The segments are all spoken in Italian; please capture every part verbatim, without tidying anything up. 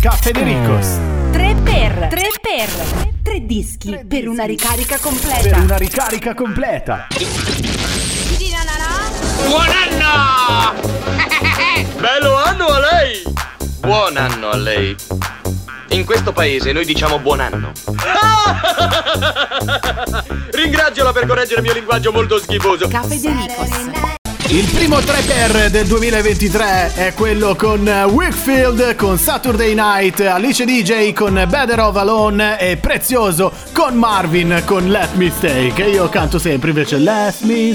Caffè De Ricos. tre per tre per tre dischi tre per dischi. Una ricarica completa. Per una ricarica completa. Buon anno! Bello anno a lei! Buon anno a lei. In questo paese noi diciamo buon anno. Ringraziola per correggere il mio linguaggio molto schifoso. Caffè De Ricos. Il primo tre per del duemilaventitré è quello con Wakefield con Saturday Night, Alice D J con Better Off Alone e Prezioso con Marvin con Let Me Stay, che io canto sempre invece. Let me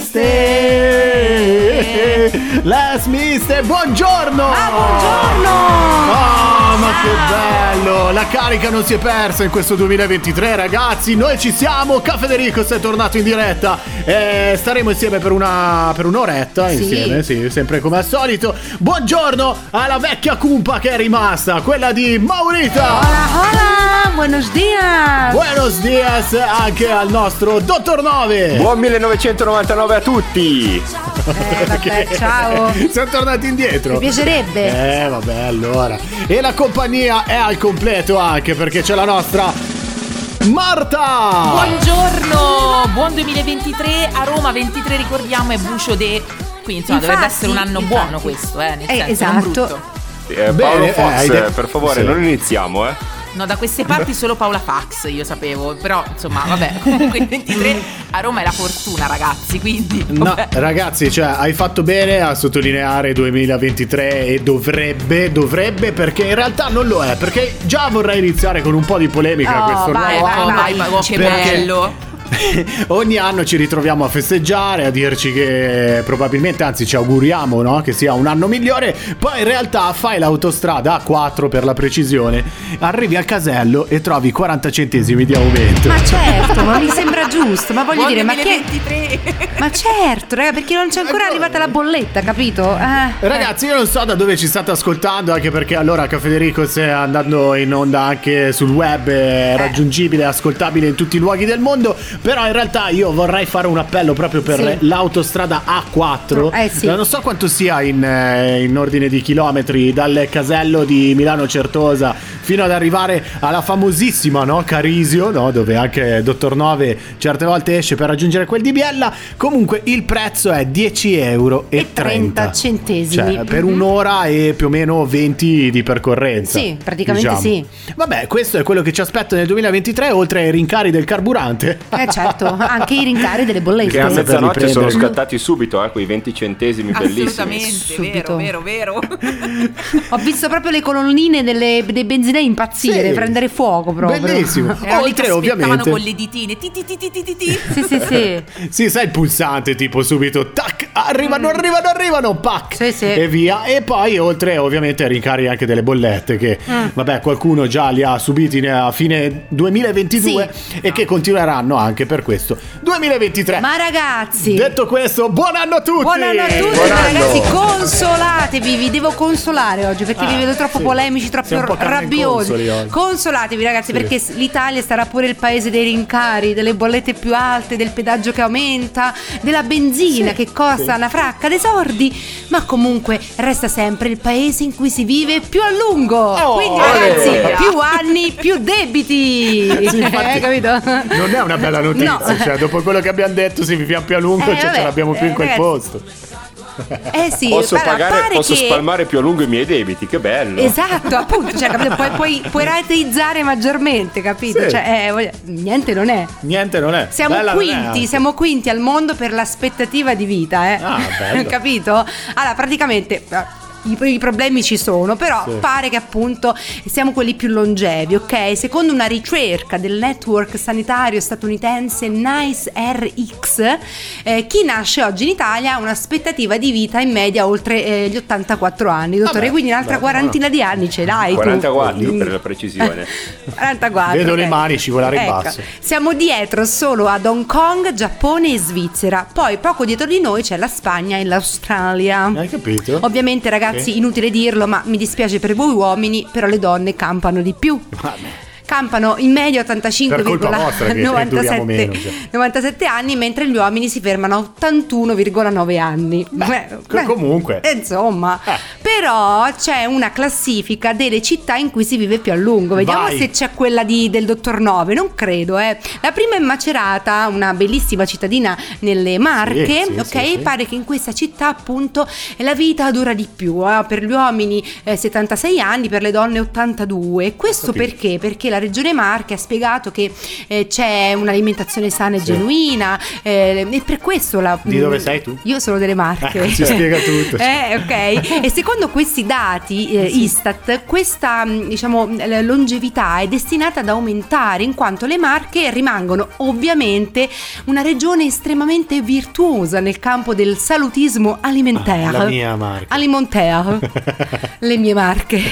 stay, let me stay. Buongiorno! Ah, buongiorno! Oh, ma che bello! La carica non si è persa in questo duemilaventitré, ragazzi. Noi ci siamo. Caffè De Ricos è tornato in diretta e staremo insieme per una per un'oretta. Sì. Insieme, sì, sempre come al solito. Buongiorno alla vecchia cumpa che è rimasta, quella di Maurita. Hola, hola, buenos dias. Buenos dias anche al nostro Dottor Nove. Buon millenovecentonovantanove a tutti. Eh, vabbè, ciao. Siamo tornati indietro. Mi piacerebbe. Eh, vabbè, allora. E la compagnia è al completo anche perché c'è la nostra Marta. Buongiorno, buon duemilaventitré. A Roma ventitré, ricordiamo, è Bucio de... Quindi insomma Infatti, dovrebbe essere un anno infatti. buono questo, eh, nel Eh, senso, esatto. non brutto. Eh, Paolo Bene, Fox, eh, hai de- per favore, sì. non iniziamo, eh. No, da queste parti solo Paola Fax, io sapevo. Però, insomma, vabbè, comunque il ventitré a Roma è la fortuna, ragazzi, quindi No, vabbè. ragazzi, cioè, hai fatto bene a sottolineare duemilaventitré e dovrebbe, dovrebbe, perché in realtà non lo è, perché già vorrei iniziare con un po' di polemica Oh, questo vai, nuovo vai, anno, vai, vai, che perché bello. ogni anno ci ritroviamo a festeggiare, a dirci che probabilmente, anzi ci auguriamo, no? Che sia un anno migliore. Poi in realtà fai l'autostrada A quattro per la precisione, arrivi al casello e trovi quaranta centesimi di aumento. Ma certo, ma mi sembra giusto. Ma voglio Buon dire, ma che. duemilaventitré. Ma certo, raga, perché non c'è ancora arrivata la bolletta, capito? Eh, Ragazzi, io non so da dove ci state ascoltando, anche perché allora Caffè De Ricos è andando in onda anche sul web, è raggiungibile, ascoltabile in tutti i luoghi del mondo. Però in realtà io vorrei fare un appello proprio per Sì. l'autostrada A quattro. Eh, sì. Non so quanto sia in, eh, in ordine di chilometri dal casello di Milano Certosa fino ad arrivare alla famosissima, no, Carisio, no, dove anche Dottor Nove certe volte esce per raggiungere quel di Biella. Comunque il prezzo è dieci euro e trenta centesimi. Cioè per Mhm. un'ora e più o meno venti di percorrenza. Sì, praticamente sì. Vabbè, questo è quello che ci aspetta nel duemilaventitré, oltre ai rincari del carburante. Eh certo, anche i rincari delle bollette. Che a Scusa, per mezzanotte sono riprendere. scattati subito, eh, quei venti centesimi bellissimi. Assolutamente, Subito. vero, vero, vero. Ho visto proprio le colonnine delle, dei benzinai impazzire, Sì. prendere fuoco proprio. Bellissimo. Erano lì che Oltre aspettavano ovviamente con le ditine. Ti, ti, ti, ti, ti, ti, ti. Sì, sì, sì. Sì, sai il pulsante tipo subito tac, arrivano, arrivano, arrivano, pac, Sì, sì. e via. E poi oltre ovviamente ai rincari anche delle bollette che vabbè, qualcuno già li ha subiti a fine duemilaventidue e che continueranno anche per questo duemilaventitré. Ma ragazzi, Detto questo, buon anno a tutti. buon anno a tutti, Buon anno. ragazzi, consolatevi, vi devo consolare oggi perché Ah, vi vedo troppo sì. polemici, troppo Sei un po' Carmen rabbiosi. Consoli oggi. Consolatevi, ragazzi, Sì. perché l'Italia sarà pure il paese dei rincari, delle bollette più alte, del pedaggio che aumenta, della benzina che costa una fracca dei sordi, ma comunque resta sempre il paese in cui si vive più a lungo. Oh, Quindi, olè. ragazzi, più anni, più debiti. Sì, infatti, eh, capito? Non è una bella notizia, No. cioè dopo quello che abbiamo detto si vive più a lungo, Eh, cioè vabbè, ce l'abbiamo più in eh, quel ragazzi. posto. Eh sì, Posso guarda, pagare, pare posso che... spalmare più a lungo i miei debiti, che bello. Esatto, appunto, cioè, capito? Puoi, puoi, puoi rateizzare maggiormente, capito? Sì. Cioè, eh, voglio- niente non è. Niente non è. Siamo Bella non è quinti, anche. siamo quinti al mondo per l'aspettativa di vita, eh. Ah, bello. Capito? Allora, praticamente i, i problemi ci sono, però Sì. pare che appunto siamo quelli più longevi, ok? Secondo una ricerca del network sanitario statunitense NICE R X, eh, chi nasce oggi in Italia ha un'aspettativa di vita in media oltre eh, gli ottantaquattro anni, dottore, Vabbè, quindi un'altra beh, quarantina di anni ce l'hai tu. quarantaquattro Mm. per la precisione. quarantaquattro. Vedo le ok. mani scivolare in Ecco, basso. siamo dietro solo ad Hong Kong, Giappone e Svizzera. Poi poco dietro di noi c'è la Spagna e l'Australia. Hai capito? Ovviamente, ragazzi, Sì. inutile dirlo, ma mi dispiace per voi uomini, però le donne campano di più. Vabbè. campano in media ottantacinque virgola novantasette cioè. novantasette anni, mentre gli uomini si fermano a ottantuno virgola nove anni. Beh, beh, comunque insomma, eh. Però c'è una classifica delle città in cui si vive più a lungo. Vediamo Vai. se c'è quella di, del dottor Nove. Non credo, eh. La prima è Macerata, una bellissima cittadina nelle Marche. Sì, sì, ok, sì, sì. pare che in questa città appunto la vita dura di più. Eh. Per gli uomini eh, settantasei anni, per le donne ottantadue. Questo Capito. perché? Perché la regione Marche ha spiegato che eh, c'è un'alimentazione sana e Sì. genuina, eh, e per questo la. Di dove sei tu? Io sono delle Marche. Eh, ci spiega tutto. Eh, ok. E secondo questi dati eh, Istat, questa diciamo l- longevità è destinata ad aumentare, in quanto le Marche rimangono ovviamente una regione estremamente virtuosa nel campo del salutismo alimentare. Ah, la mia Marca. Alimentare. Le mie Marche.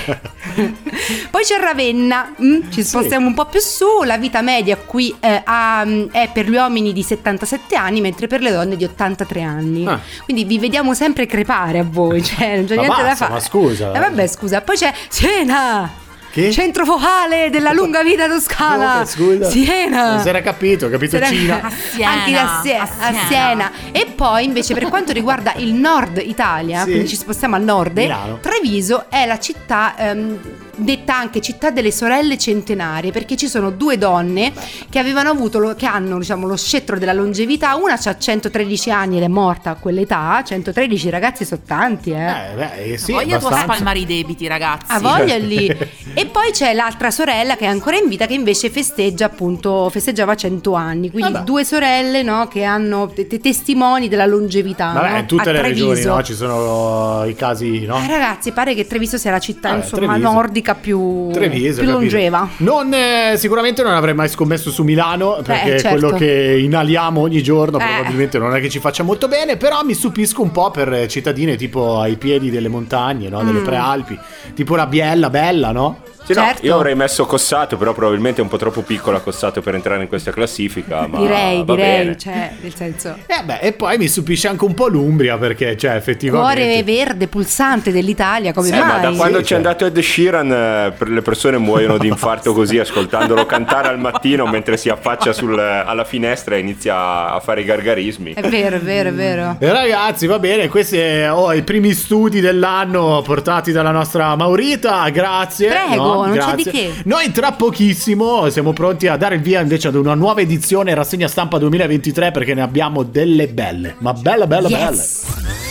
Poi c'è Ravenna, mm, ci spostiamo un po' più su. La vita media qui eh, ha, è per gli uomini di settantasette anni, mentre per le donne di ottantatré anni. Ah. Quindi vi vediamo sempre crepare a voi, cioè non c'è Ma niente da basta, fare. ma scusa. Eh vabbè, scusa. Poi c'è Siena. Che? Centro focale della lunga vita toscana. Dove, scusa? Siena. Non si era capito, ho capito Si era- Cina. A Siena, Anche a, Sie- a a Siena. Siena. E poi invece per quanto riguarda il nord Italia, Sì. quindi ci spostiamo al nord, Milano. Treviso è la città ehm, detta anche città delle sorelle centenarie, perché ci sono due donne che avevano avuto lo, che hanno diciamo lo scettro della longevità. Una ha centotredici anni ed è morta a quell'età. centotredici ragazzi sono tanti, eh. Eh, beh, sì, Voglia tu a abbastanza. spalmare i debiti, ragazzi. A voglia lì. E poi c'è l'altra sorella che è ancora in vita, che invece festeggia appunto festeggiava cento anni. Quindi Vabbè. due sorelle, no, che hanno te- te- testimoni della longevità. Vabbè, no? in tutte A le Treviso. regioni, no? Ci sono i casi, no? Eh, ragazzi, pare che Treviso sia la città Vabbè, insomma Treviso. nordica più, Treviso, più capito. longeva. Non, eh, sicuramente non avrei mai scommesso su Milano, perché Eh, certo. quello che inaliamo ogni giorno Eh. probabilmente non è che ci faccia molto bene, però mi stupisco un po' per cittadine tipo ai piedi delle montagne, no? Mm. Delle prealpi, tipo la Biella, bella, no? Sì, no, Certo. io avrei messo Cossato, però probabilmente è un po' troppo piccola Cossato per entrare in questa classifica. Ma direi, va direi, bene. cioè, nel senso. E beh, e poi mi stupisce anche un po' l'Umbria, perché cioè effettivamente Cuore verde, pulsante dell'Italia, come Eh, mai? ma da quando Sì, c'è cioè. andato Ed Sheeran eh, per le persone muoiono di infarto così ascoltandolo cantare al mattino mentre si affaccia sul- alla finestra e inizia a fare i gargarismi. È vero, è vero, è vero. E ragazzi, va bene, questi oh, i primi studi dell'anno portati dalla nostra Maurita, grazie. Prego, no? non c'è Grazie. di che. Noi tra pochissimo siamo pronti a dare il via invece ad una nuova edizione rassegna stampa duemilaventitré, perché ne abbiamo delle belle, ma bella bella Yes.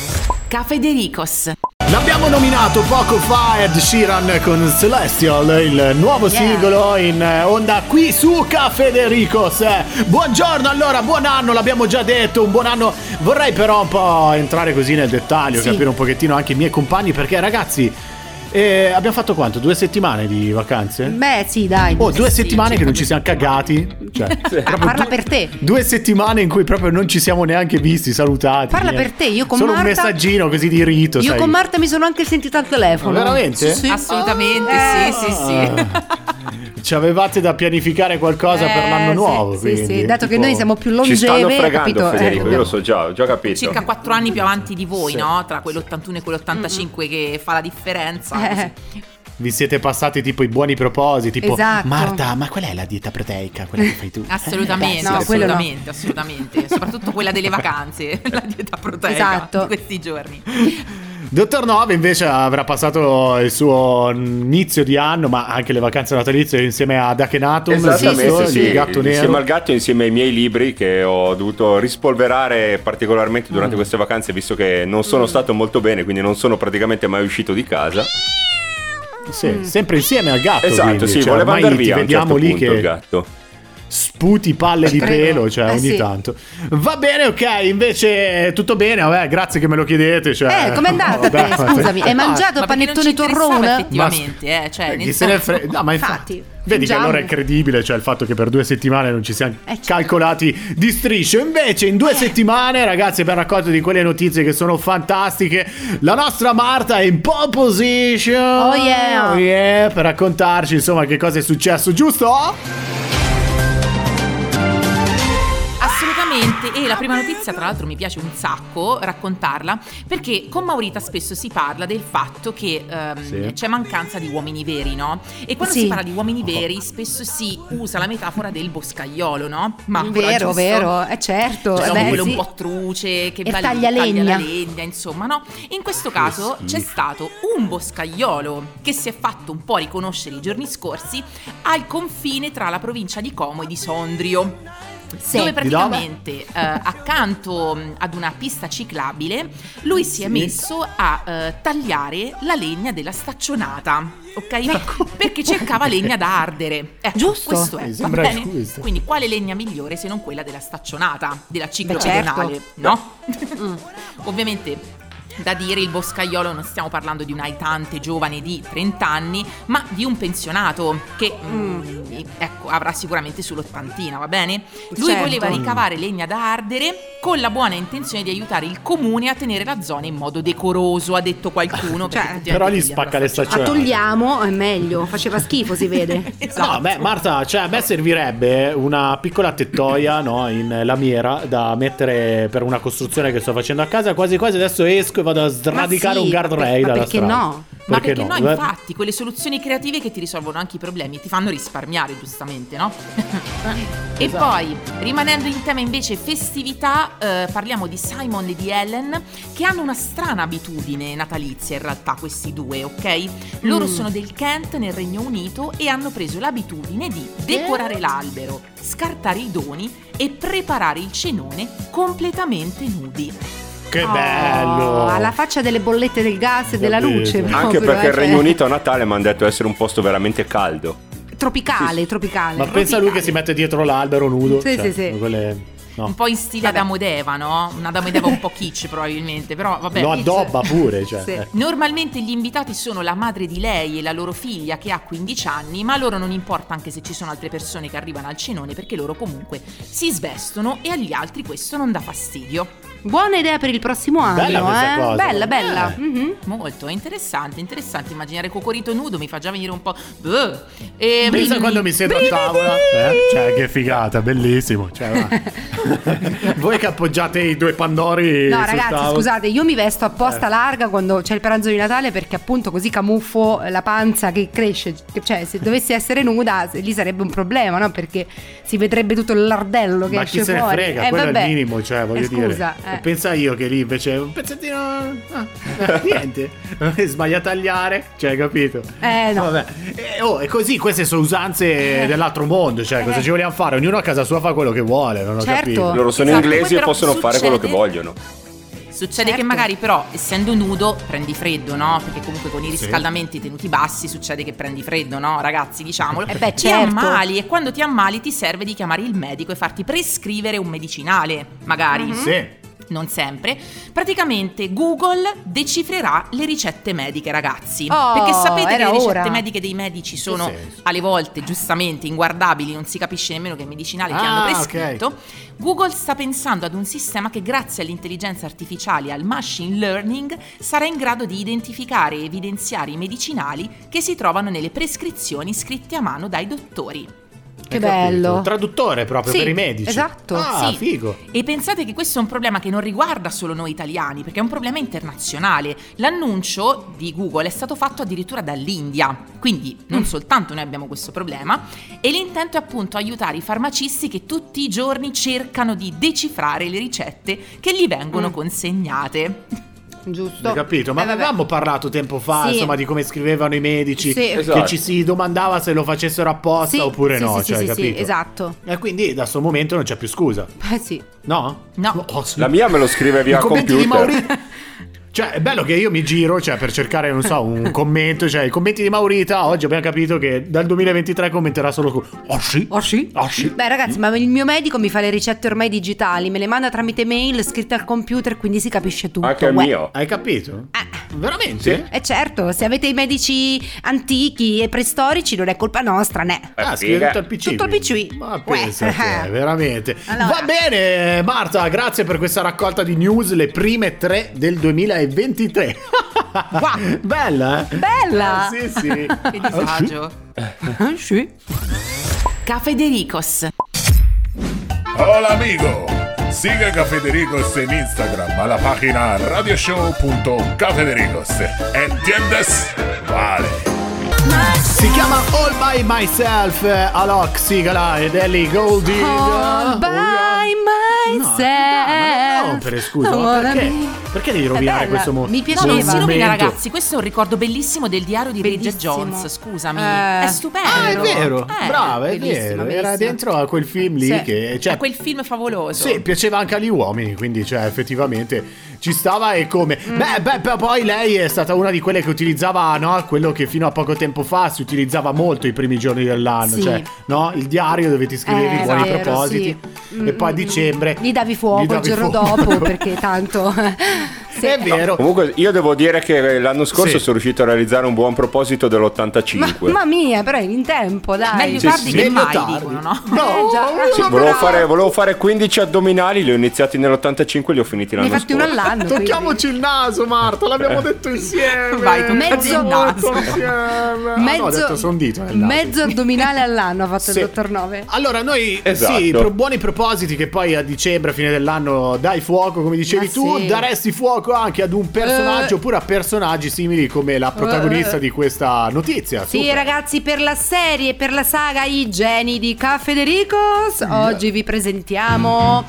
Ca Federicos. L'abbiamo nominato poco fa Ed Sheeran con Celestial, il nuovo Yeah. singolo in eh, onda qui su Caffè De Ricos. Eh, Buongiorno, allora, buon anno, l'abbiamo già detto, un buon anno. Vorrei però un po' entrare così nel dettaglio, Sì. capire un pochettino anche i miei compagni, perché ragazzi, eh, abbiamo fatto quanto? Due settimane di vacanze? Beh, sì, dai. Oh, due sì, settimane che non ci circa siamo cagati. Cioè, proprio Parla due- per te. Due settimane in cui proprio non ci siamo neanche visti, salutati. Parla niente. per te, io con Solo un Marta- messaggino così di rito. Io sai. con Marta mi sono anche sentita al telefono. Ma veramente? Sì, sì. Assolutamente, Eh. sì, sì, sì. Ah. Ci avevate da pianificare qualcosa per Eh, l'anno sì, nuovo. sì, quindi, sì, dato che tipo- noi siamo più Ci longeve, stanno fregando, capito? Eh, Federico, io dobbiamo- lo so già, ho già capito. Circa quattro anni più avanti di voi, Sì. no? Tra quell'ottantuno e quell'ottantacinque che fa la differenza. Eh. Vi siete passati tipo i buoni propositi, tipo Esatto. Marta, ma qual è la dieta proteica? Quella che fai tu? Assolutamente, No, quello no. assolutamente, assolutamente. Soprattutto quella delle vacanze, la dieta proteica Esatto. di questi giorni. Dottor Nove invece avrà passato il suo inizio di anno, ma anche le vacanze natalizie insieme ad Akhenatum, Esattamente, giusto? sì, Il gatto nero. insieme al gatto e insieme ai miei libri che ho dovuto rispolverare particolarmente durante Mm. queste vacanze, visto che non sono stato molto bene, quindi non sono praticamente mai uscito di casa. Sì, sempre insieme al gatto. Esatto, quindi, sì, cioè, voleva ormai andare ti via a un vediamo certo lì punto il che gatto. sputi palle di Prego. pelo, cioè Eh, ogni sì. tanto. Va bene, ok, invece tutto bene, vabbè, grazie che me lo chiedete. Cioè, Eh, com'è andata? vabbè, te? Scusami, hai no, mangiato Ma perché non panettone ci interessava torrone? effettivamente, eh, cioè, Eh, nel chi se ne senso- fre- no, ma infatti, Infatti, vedi che fingiamo. allora è credibile, cioè il fatto che per due settimane non ci siamo Eh, certo. calcolati di striscio. Invece in due settimane, ragazzi, abbiamo raccolto di quelle notizie che sono fantastiche. La nostra Marta è in pole position. Oh, yeah. Oh, yeah, per raccontarci insomma che cosa è successo, giusto? Assolutamente, praticamente, e la prima notizia tra l'altro mi piace un sacco raccontarla, perché con Maurita spesso si parla del fatto che ehm, Sì. c'è mancanza di uomini veri, no? E quando Sì. si parla di uomini veri spesso si usa la metafora del boscaiolo, no? Ma ancora Vero, giusto? vero, è certo. Cioè, eh no, beh, quello sì. un po' truce che E va lì, taglia taglia legna. la legna, insomma, no? In questo caso c'è stato un boscaiolo che si è fatto un po' riconoscere i giorni scorsi al confine tra la provincia di Como e di Sondrio. Sì. Dove Di praticamente eh, accanto mh, ad una pista ciclabile lui si è Sì. messo a eh, tagliare la legna della staccionata, ok? Perché cercava legna da ardere. Ecco, Giusto. questo è, Mi va sembra bene? giusto. Quindi quale legna migliore se non quella della staccionata, della ciclo Beh, certo. pedonale, no? Ovviamente da dire, il boscaiolo non stiamo parlando di un aitante giovane di trenta anni, ma di un pensionato che mm, ecco, avrà sicuramente sull'ottantina, va bene? Lui Certo. voleva ricavare legna da ardere con la buona intenzione di aiutare il comune a tenere la zona in modo decoroso, ha detto qualcuno. Cioè, perché effettivamente però gli lì spacca andrà le staccionato. A staccionate. togliamo è meglio, faceva schifo, si vede. Esatto. No, beh, Marta, cioè a me servirebbe una piccola tettoia, no, in lamiera da mettere per una costruzione che sto facendo a casa. Quasi quasi adesso esco e vado a sradicare Ma sì, un guardrail ma dalla perché strada. no? Ma perché no, Beh, infatti, quelle soluzioni creative che ti risolvono anche i problemi, ti fanno risparmiare, giustamente, no? E esatto. poi, rimanendo in tema invece festività, eh, parliamo di Simon e di Ellen, che hanno una strana abitudine natalizia in realtà, questi due, ok? Loro Mm. sono del Kent nel Regno Unito e hanno preso l'abitudine di decorare l'albero, scartare i doni e preparare il cenone completamente nudi. Che Oh, bello! alla faccia delle bollette del gas e della Capito. luce. Anche proprio, perché eh, il cioè, Regno Unito a Natale mi hanno detto essere un posto veramente caldo. Tropicale, tropicale. Ma pensa lui che si mette dietro l'albero nudo. Sì, cioè, sì, sì. quelle- no. Un po' in stile Vabbè. Adamo ed Eva, no? Un Adamo ed Eva un po' kitsch probabilmente, però vabbè. Lo addobba pure, cioè. Sì. eh. Normalmente gli invitati sono la madre di lei e la loro figlia che ha quindici anni, ma a loro non importa anche se ci sono altre persone che arrivano al cenone, perché loro comunque si svestono e agli altri questo non dà fastidio. Buona idea per il prossimo anno, Bella questa eh? cosa. Bella, bella. Eh. Mhm. Molto, è interessante, interessante. Immaginare Cocorito nudo mi fa già venire un po'... Buh. E Pensa quando mi siedo a tavola. Eh? Cioè, che figata, bellissimo. Cioè, va. Voi che appoggiate i due pandori. No, sul ragazzi, tavolo. scusate, io mi vesto apposta Eh. larga quando c'è il pranzo di Natale perché appunto così camuffo la panza che cresce. Cioè, se dovessi essere nuda, se- lì sarebbe un problema, no? Perché si vedrebbe tutto il lardello che Ma esce chi se ne fuori. frega, Eh, quello vabbè. è il minimo, cioè, voglio Eh, scusa, dire. eh. Pensa io che lì invece un pezzettino. Ah, eh, niente. Sbaglia a tagliare, cioè, capito? Eh, no. Vabbè. E, oh, e così queste sono usanze dell'altro mondo, cioè, cosa Eh. ci vogliamo fare? Ognuno a casa sua fa quello che vuole, non ho Certo. capito. Loro sono Esatto, inglesi poi e però possono fare quello che succede- vogliono. Succede Certo. che magari però, essendo nudo, prendi freddo, no? Perché comunque con i Sì. riscaldamenti tenuti bassi succede che prendi freddo, no? Ragazzi, diciamolo. Eh beh, Ti certo. ammali e quando ti ammali ti serve di chiamare il medico e farti prescrivere un medicinale, magari. Sì. Non sempre. Praticamente Google decifrerà le ricette mediche, ragazzi. Oh, Perché sapete che era le ricette ora. mediche dei medici sono senso? alle volte giustamente inguardabili, non si capisce nemmeno che medicinale ti Ah, hanno ok. prescritto. Google sta pensando ad un sistema che grazie all'intelligenza artificiale e al machine learning sarà in grado di identificare e evidenziare i medicinali che si trovano nelle prescrizioni scritte a mano dai dottori. Che Hai capito? bello. Traduttore proprio Sì, per i medici. esatto. Ah, Sì. figo. E pensate che questo è un problema che non riguarda solo noi italiani, perché è un problema internazionale. L'annuncio di Google è stato fatto addirittura dall'India, quindi non soltanto noi abbiamo questo problema, e l'intento è appunto aiutare i farmacisti che tutti i giorni cercano di decifrare le ricette che gli vengono Mm. consegnate. Giusto. Hai capito? Ma Eh, vabbè. avevamo parlato tempo fa, Sì. insomma, di come scrivevano i medici, Sì. che Esatto. ci si domandava se lo facessero apposta Sì, oppure sì, no, sì, cioè, sì, hai sì, capito? esatto. E quindi da sto momento non c'è più scusa, Eh sì. no? No. Oh, sì. La mia me lo scrive via I commenti di computer. Maurita. Cioè, è bello che io mi giro, cioè, per cercare, non so, un commento, cioè, i commenti di Maurita, oggi abbiamo capito che dal duemilaventitré commenterà solo con oh sì, Oh sì? oh sì. Beh ragazzi, ma il mio medico mi fa le ricette ormai digitali, me le manda tramite mail scritte al computer, quindi si capisce tutto. Anche il Uè. mio. Hai capito? Eh. Veramente? E certo, se avete i medici antichi e preistorici non è colpa nostra, né. Eh, Ah, scrive figa. tutto al P C. Tutto al P C. quindi. Ma Uè. pensa te, veramente. Allora. Va bene, Marta, grazie per questa raccolta di news, le prime tre del duemilaventitré. Wow. Bella, eh? Bella! Ah, sì, sì. Che disagio. Ah, sì. Ca Federicos. Hola amigo, Siga Cafedericos en Instagram a la página radioshow punto cafedericos. ¿Entiendes? Vale. Si chiama All By Myself, eh, Alok Sigala ed Ellie Goulding. All by No, myself. dai, ma no, per scusa, ma perché, perché devi rovinare È questo bella, mo- mi No, piaceva. non si rovina, momento? ragazzi. Questo è un ricordo bellissimo del diario di Bridget Bellissimo. Jones. Scusami, Eh. è stupendo. Ah, è vero, Eh, brava, è bellissimo, vero. bellissimo. Era dentro a quel film lì Sì. che cioè, È quel film favoloso. sì, piaceva anche agli uomini, quindi cioè effettivamente ci stava e come. Mm. Beh, beh, beh, poi lei è stata una di quelle che utilizzava, no, quello che fino a poco tempo fa si utilizzava molto i primi giorni dell'anno, Sì. cioè, no, il diario dove ti scrivevi Eh, buoni vero, propositi sì. e poi a Mm, dicembre gli davi fuoco gli davi il giorno fuoco. dopo perché tanto sì. È vero. Comunque io devo dire che l'anno scorso Sì. sono riuscito a realizzare un buon proposito Ma, dell'ottantacinque. mamma mia, però in tempo, dai. Meglio Sì, tardi sì. che Meglio mai, tardi. dicono, no? No, Eh, già. Sì, volevo, fare, volevo fare quindici addominali, li ho iniziati nell'ottantacinque e li ho finiti Ne hai l'anno fatti uno scorso. all'anno. Tocchiamoci il naso, Marta, l'abbiamo detto insieme. Vai, toccaci Mezzo- il naso. insieme. Ah, Mezzo, no, ho detto son dito nel naso. mezzo addominale all'anno ha fatto Sì. il dottor Nove. Allora noi Esatto. sì, pro- buoni propositi che poi a dicembre, a fine dell'anno dai fuoco come dicevi Ma tu, sì. daresti fuoco anche ad un personaggio Eh. oppure a personaggi simili come la protagonista Eh. di questa notizia. Sì, Super. ragazzi, per la serie, per la saga I geni di Cafedericos, oggi vi presentiamo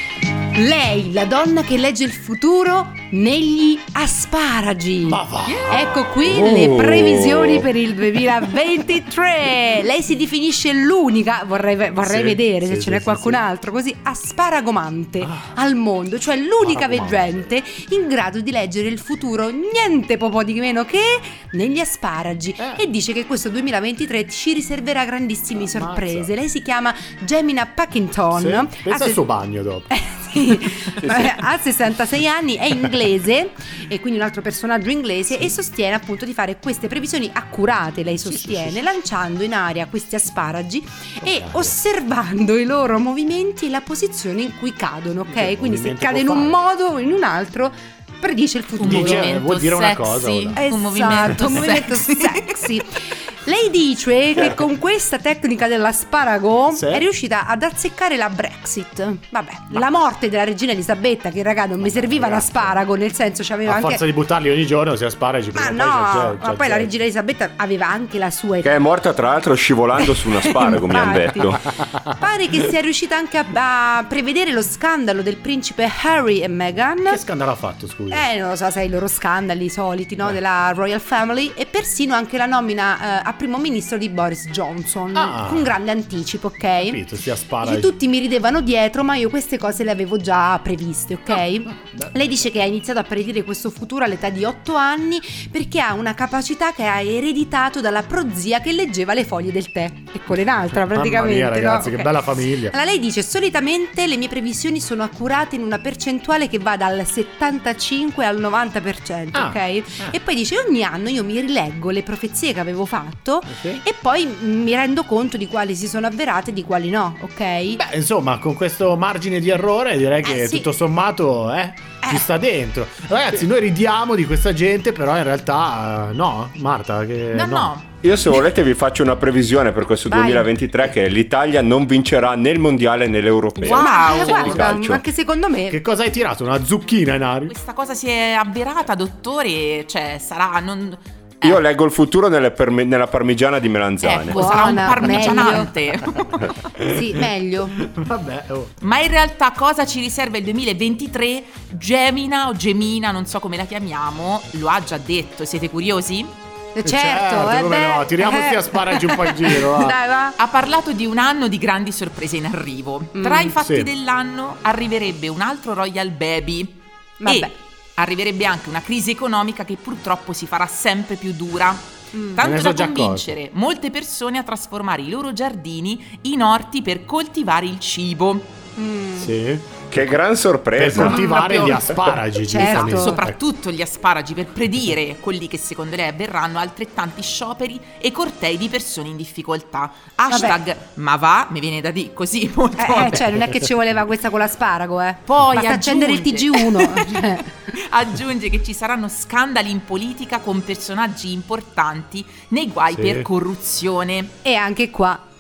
lei, la donna che legge il futuro negli asparagi. Ma va. Ecco qui Oh. le previsioni per il duemilaventitré. Lei si definisce l'unica, vorrei, vorrei Sì, vedere sì, se sì, ce n'è sì, qualcun sì. altro, così asparagomante al mondo, cioè l'unica Asparagomante. veggente in grado di leggere il futuro niente po' di meno che negli asparagi. Eh. E dice che questo duemilaventitré ci riserverà grandissime Ammazza. sorprese. Lei si chiama Gemina Packington. Sì? Ha Pensa al se- suo bagno dopo. sì. Eh, ha sessantasei anni, è inglese e quindi un altro personaggio inglese e sostiene appunto di fare queste previsioni accurate, lei sostiene, sì, sì. lanciando in aria questi asparagi e osservando i loro movimenti e la posizione in cui cadono, ok? Che Quindi se movimento cade in può un fare? modo o in un altro predice il futuro. Dice, movimento vuol dire una sexy. cosa, ora. Esatto, Un movimento un movimento sexy. sexy. Lei dice che con questa tecnica dell'asparago Sì. è riuscita ad azzeccare la Brexit. Vabbè, la morte della regina Elisabetta, che raga non mi serviva ragazzi. l'asparago, nel senso c'aveva A anche forza di buttarli ogni giorno si asparagi. ma prima no, o poi c'è- c'è- ma c'è- poi la c'è. regina Elisabetta aveva anche la sua Che età. è morta tra l'altro scivolando su un asparago, mi hanno Infatti. detto. Pare che sia riuscita anche a, a prevedere lo scandalo del principe Harry e Meghan. Che scandalo ha fatto, scusa? Eh, non lo so, sai, i loro scandali soliti, no? Della Royal Family e persino anche la nomina eh, a primo ministro di Boris Johnson. Ah. Con grande anticipo, ok? Capito, si asparagi. Dice, tutti mi ridevano dietro, ma io queste cose le avevo già previste, ok? beh. Lei dice che ha iniziato a predire questo futuro all'età di otto anni perché ha una capacità che ha ereditato dalla prozia che leggeva le foglie del tè. E con un'altra praticamente. Mamma mia, ragazzi, no? che Ok. bella famiglia. Allora lei dice, solitamente le mie previsioni sono accurate in una percentuale che va dal settantacinque al novanta per cento, Ah, ok? eh. E poi dice, ogni anno io mi rileggo le profezie che avevo fatto Sì. e poi mi rendo conto di quali si sono avverate e di quali no, ok? Beh, insomma, con questo margine di errore direi che Eh, sì. tutto sommato eh, ci sta dentro. Ragazzi, noi ridiamo di questa gente, però in realtà eh, no, Marta, che No, no. Io se volete vi faccio una previsione per questo Vai. duemilaventitré che l'Italia non vincerà né il mondiale né l'europeo. Wow. Ma, eh, Di guarda, calcio. anche secondo me. Che cosa hai tirato? Una zucchina in aria? Questa cosa si è avverata, dottore, cioè sarà non Io leggo il futuro nelle parme- nella parmigiana di melanzane. Ecco, sarà un Buona, parmigianante. Sì, meglio. Vabbè, oh. Ma in realtà cosa ci riserva il duemilaventitré? Gemina o Gemina, non so come la chiamiamo, lo ha già detto, siete curiosi? Eh, Certo, eh come beh, no, tiriamo eh. sti asparagi un po' in giro. va. Dai, va. Ha parlato di un anno di grandi sorprese in arrivo. Tra Mm, i fatti sì. dell'anno arriverebbe un altro Royal Baby. Vabbè. E arriverebbe anche una crisi economica che purtroppo si farà sempre più dura. Me ne Tanto so da già convincere molte persone a trasformare i loro giardini in orti per coltivare il cibo. Mm. Sì. Che gran Per sorpresa. coltivare Proprio- gli asparagi, Certo. giustamente. Soprattutto gli asparagi per predire quelli che secondo lei avverranno altrettanti scioperi e cortei di persone in difficoltà. Hashtag ma va, mi viene da dire così molto. Eh, eh, cioè, non è che ci voleva questa con l'asparago, eh. Poi Basta accendere il T G aggiunge- uno. Cioè. Aggiunge che ci saranno scandali in politica con personaggi importanti nei guai Sì. per corruzione. E anche qua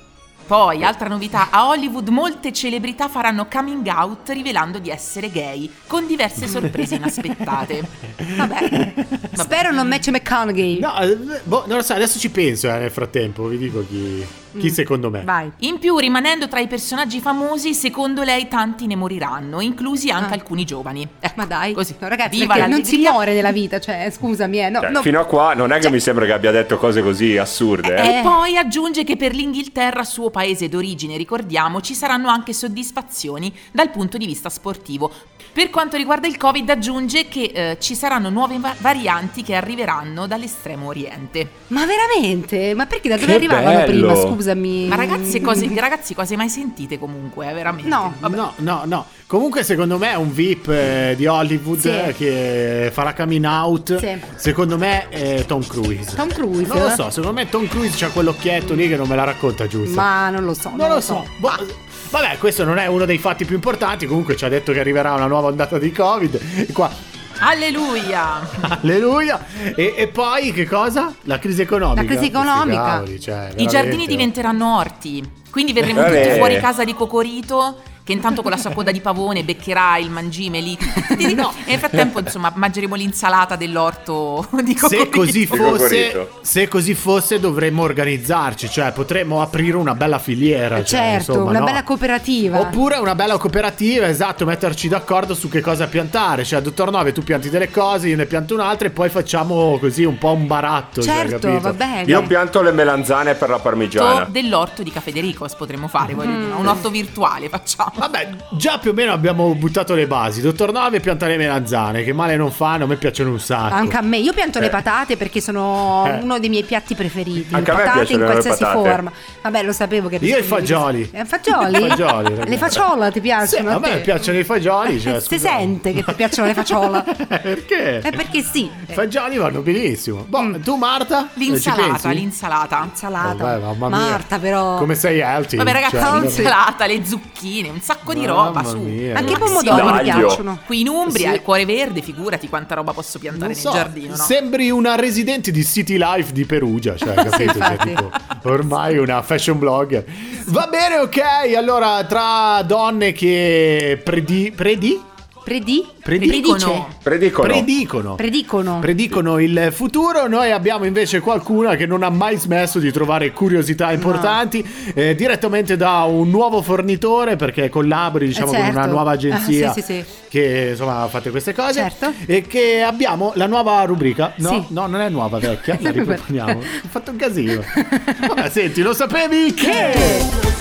Poi, altra novità, a Hollywood molte celebrità faranno coming out rivelando di essere gay, con diverse sorprese inaspettate. Vabbè. Spero non Matthew McConaughey. No, eh, boh, non lo so, adesso ci penso eh, nel frattempo, vi dico chi, chi Mm. secondo me. Vai. In più, rimanendo tra i personaggi famosi, secondo lei tanti ne moriranno, inclusi anche Ah. alcuni giovani. Ecco, Ma dai, così. no, ragazzi, Viva perché non si l'allegria. muore nella vita, cioè, scusami, eh, no, Cioè, no. fino a qua non è che Cioè- mi sembra che abbia detto cose così assurde. Eh. E Eh. poi aggiunge che per l'Inghilterra, suo paese d'origine, ricordiamo, ci saranno anche soddisfazioni dal punto di vista sportivo. Per quanto riguarda il Covid, aggiunge che eh, ci saranno nuove va- varianti che arriveranno dall'estremo oriente. Ma veramente? Ma perché da dove Che arrivavano bello. prima, scusami? Ma ragazzi, cose, ragazzi, cose mai sentite comunque, eh, veramente. No. Vabbè. No, no, no. Comunque secondo me è un V I P eh, di Hollywood Sì. eh, che farà coming out. Sì. Secondo me è Tom Cruise. Tom Cruise? Non lo so, secondo me Tom Cruise c'ha quell'occhietto lì che non me la racconta giusto. Ma non lo so. non lo so. Boh, vabbè, questo non è uno dei fatti più importanti. Comunque ci ha detto che arriverà una nuova ondata di Covid. E qua, Alleluia! alleluia. E, e poi che cosa? La crisi economica. La crisi Questi economica. cavoli, cioè, I veramente. giardini diventeranno orti, quindi verremo Vabbè. tutti fuori casa di Cocorito, che intanto con la sua coda di pavone beccherà il mangime lì. No. E nel frattempo, insomma, mangeremo l'insalata dell'orto di Cocorito. Se così fosse, Cocorito. se così fosse dovremmo organizzarci, cioè potremmo aprire una bella filiera, cioè, Certo, insomma, una no? bella cooperativa. Oppure una bella cooperativa, esatto, metterci d'accordo su che cosa piantare, cioè dottor Nove tu pianti delle cose, io ne pianto un'altra e poi facciamo così un po' un baratto, cioè, Certo, capito? va bene. Io pianto le melanzane per la parmigiana. Dell'orto di Cafedericos potremmo fare, voglio dire, un orto virtuale facciamo. Vabbè, già più o meno abbiamo buttato le basi. Dottor Nove pianta le melanzane, che male non fanno, a me piacciono un sacco. Anche a me, io pianto le Eh. patate perché sono Eh. uno dei miei piatti preferiti. Anche a me patate in piacciono le qualsiasi patate. forma. Vabbè, lo sapevo che Io i fagioli. Eh, fagioli? I fagioli, ragazzi. Le faciola ti Sì, piacciono? a me te? piacciono i fagioli, cioè, Si scusa. sente che ti piacciono le faciola. Perché? Eh, perché sì. I fagioli vanno benissimo. Boh, tu Marta? Eh, ci L'insalata, pensi? l'insalata. Insalata. Oh, beh, mamma mia. Marta, però. Come sei healthy? Vabbè ragazzi, Cioè, l'insalata, le zucchine, un sacco di roba, Mamma su. mia. Anche i Al pomodori mi L'aglio. piacciono. Qui in Umbria, Sì. il cuore verde, figurati quanta roba posso piantare Non nel so, giardino, no? sembri una residente di City Life di Perugia, cioè, capito? Cioè, infatti. tipo, ormai una fashion blogger. Va bene, ok. Allora, tra donne che predi... predi? Predi? Predicono. Predicono. Predicono. Predicono. Predicono il futuro. Noi abbiamo invece qualcuna che non ha mai smesso di trovare curiosità importanti eh, direttamente da un nuovo fornitore, perché collabori diciamo Eh, certo. con una nuova agenzia Ah, sì, sì, sì. che insomma fate queste cose. Certo. E che abbiamo la nuova rubrica. No, Sì. no, non è nuova, vecchia. La Sempre riproponiamo. Ho fatto un casino. Vabbè, senti, lo sapevi che...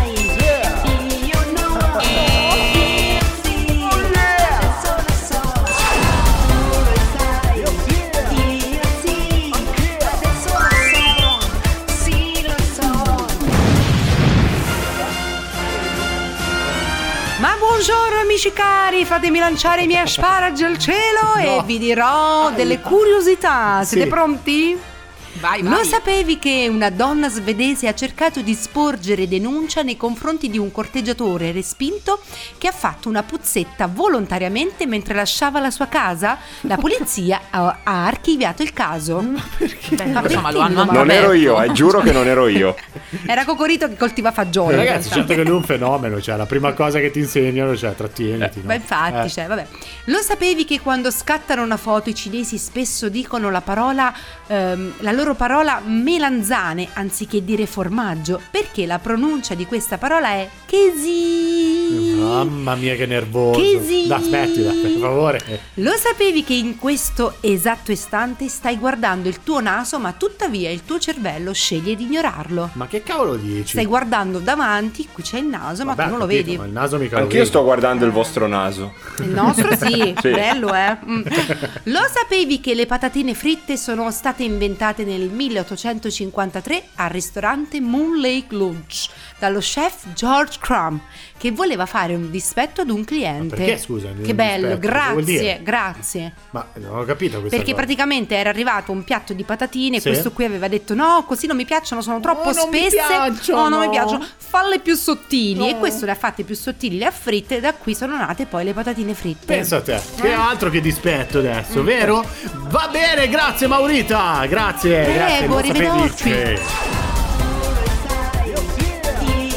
Ma buongiorno amici cari, fatemi lanciare i miei asparagi al cielo e No. vi dirò delle curiosità. Siete Sì. pronti? Vai, vai. Lo sapevi che una donna svedese ha cercato di sporgere denuncia nei confronti di un corteggiatore respinto che ha fatto una puzzetta volontariamente mentre lasciava la sua casa? La polizia ha, ha archiviato il caso. Beh, non lo so, ma lo hanno anche Non ero aperto. io, eh, giuro che non ero io. Era Cocorito che coltiva fagioli. in Ragazzi, realtà. certo che lui è un fenomeno, cioè la prima cosa che ti insegnano, cioè trattieniti. no? Ma infatti, Eh. cioè, vabbè. Lo sapevi che quando scattano una foto i cinesi spesso dicono la parola, ehm, la loro parola melanzane anziché dire formaggio? Perché la pronuncia di questa parola è chesi. Mamma mia che nervoso. Che sì. Dai, smettila, per favore. Lo sapevi che in questo esatto istante stai guardando il tuo naso, ma tuttavia il tuo cervello sceglie di ignorarlo? Ma che cavolo dici? Stai guardando davanti, qui c'è il naso, ma Vabbè, tu non lo capito, vedi. ma il naso mica lo Anch'io vedi. sto guardando il vostro naso. Il nostro sì, Sì. bello eh. Mm. Lo sapevi che le patatine fritte sono state inventate nel milleottocentocinquantatré al ristorante Moon Lake Lodge dallo chef George Crumb, che voleva fare un dispetto ad un cliente. Ma perché, scusa, un Che bello, dispetto? Cosa vuol grazie, dire? grazie. Ma non ho capito questa Perché cosa. praticamente era arrivato un piatto di patatine Sì. e questo qui aveva detto no, così non mi piacciono, sono troppo Oh, non mi spesse. piacciono. No, non mi piacciono, falle più sottili. No. E questo le ha fatte più sottili, le ha fritte e da qui sono nate poi le patatine fritte. Pensa a te, che Eh. altro che dispetto adesso, vero? Va bene, grazie Maurita, grazie, Prego, grazie. lo sapevi arrivederci. che-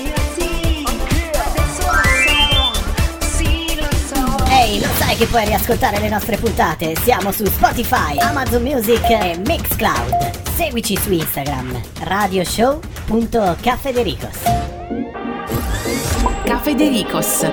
sai che puoi riascoltare le nostre puntate? Siamo su Spotify, Amazon Music e Mixcloud. Seguici su Instagram, radioshow.cafedericos. Cafedericos.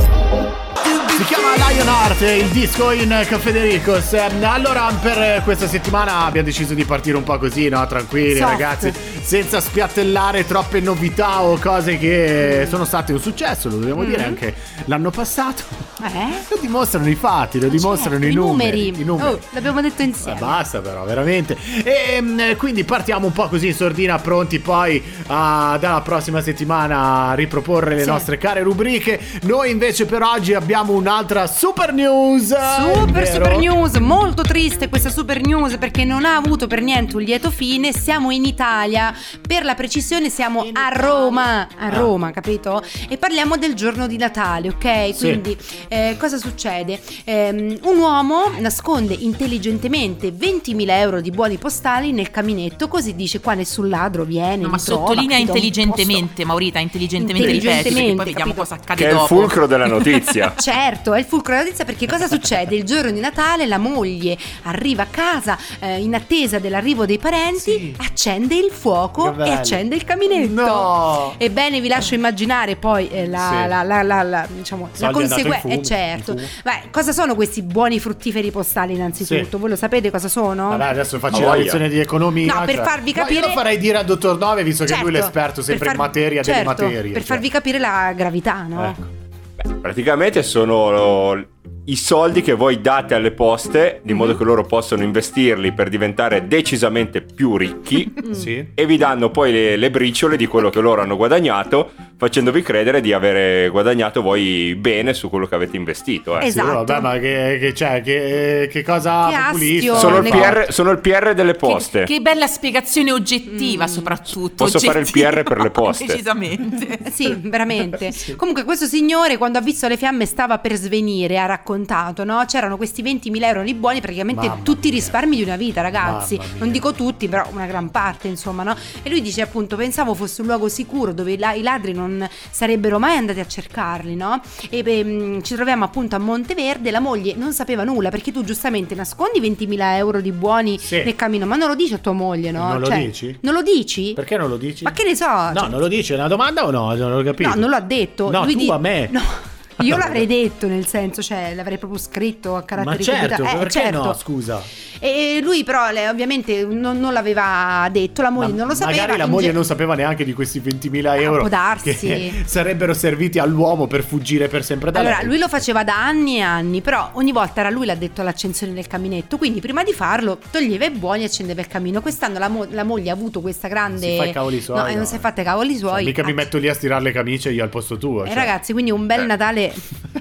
Si chiama Lionheart, il disco in Cafedericos. Allora, per questa settimana abbiamo deciso di partire un po' così, no? Tranquilli, Soft. ragazzi, senza spiattellare troppe novità o cose che sono state un successo, lo dobbiamo Mm. dire anche l'anno passato. Eh? Lo dimostrano i fatti, lo dimostrano Certo, i numeri. numeri. I numeri. Oh, l'abbiamo detto Ma insieme. basta però, veramente. E mh, quindi partiamo un po' così in sordina, pronti poi a, dalla prossima settimana a riproporre le Sì. nostre care rubriche. Noi invece per oggi abbiamo un'altra super news. Super vero? super news, molto triste questa super news perché non ha avuto per niente un lieto fine. Siamo in Italia, per la precisione siamo a Roma, a Roma, capito? E parliamo del giorno di Natale, ok? Sì. Quindi eh, cosa succede? Ehm, un uomo nasconde intelligentemente ventimila euro di buoni postali nel caminetto, così dice qua nessun ladro viene, No, ma li trova, sottolinea ti do un intelligentemente, Maurita, intelligentemente, ripeti, perché Intelligentemente, poi vediamo capito? cosa accade Che è il dopo. fulcro della notizia. Certo, è il fulcro della notizia perché cosa succede? Il giorno di Natale la moglie arriva a casa eh, in attesa dell'arrivo dei parenti, Sì. accende il fuoco Che e bello. accende il caminetto. No. Ebbene, vi lascio immaginare poi eh, la, Sì. la, la, la, la, diciamo, la Soldi è andato in conseguenza. fumo, Eh, certo. in fumo. Beh, cosa sono questi buoni fruttiferi postali innanzitutto? Sì. Voi lo sapete cosa sono? Vabbè, adesso faccio Ha la voglia. lezione di economia. No, per cioè. farvi No, capire- io lo farei dire al dottor Nove, visto che Certo, lui è l'esperto per sempre in farvi- materia delle certo, materie. Per cioè. farvi capire la gravità, no? Ecco. Praticamente sono i soldi che voi date alle poste, di modo che loro possano investirli per diventare decisamente più ricchi. Sì. E vi danno poi le, le briciole di quello che loro hanno guadagnato, facendovi credere di avere guadagnato voi bene su quello che avete investito. Eh. Sì, Esatto. vabbè, ma che, che, cioè, che, che cosa Che populista. astio. Sono il, ne- P R, sono il P R delle poste. Che, che bella spiegazione oggettiva, soprattutto. Posso fare il P R oggettiva, per le poste. Decisamente. Eh, Sì, veramente. Comunque questo signore quando ha visto le fiamme stava per svenire, ha raccontato, no? C'erano questi ventimila euro lì buoni, praticamente Mamma tutti i mia. risparmi di una vita, ragazzi. Mamma mia. Non dico tutti, però una gran parte, insomma, no? E lui dice appunto, pensavo fosse un luogo sicuro dove i, la- i ladri non sarebbero mai andati a cercarli, no? E beh, mh, ci troviamo appunto a Monteverde, la moglie non sapeva nulla perché tu giustamente nascondi ventimila euro di buoni Sì. nel cammino, ma non lo dici a tua moglie, no? Non lo Cioè, dici? Non lo dici? Perché non lo dici? Ma che ne so? No, cioè- non lo dici, è una domanda o no? Non l'ho capito. No, non l'ha detto. No, Lui tu di- a me. No, io l'avrei detto, nel senso, cioè l'avrei proprio scritto a Ma carattere di certo, curiosità. Eh, perché certo. no, scusa. E lui però le- ovviamente non, non l'aveva detto, la moglie Ma non lo sapeva. magari la in moglie ge- non sapeva neanche di questi ventimila euro può darsi. che sarebbero serviti all'uomo per fuggire per sempre da Allora, lei. lui lo faceva da anni e anni, però ogni volta era lui l'ha detto all'accensione del caminetto, quindi prima di farlo toglieva i buoni e accendeva il camino. Quest'anno la, mo- la moglie ha avuto questa grande... Si fa i cavoli suoi, No, e no. non si è fatta i cavoli Cioè, suoi. mica mi Ah, metto lì a stirare le camicie io al posto tuo. eh, cioè. ragazzi, quindi un bel Eh. Natale...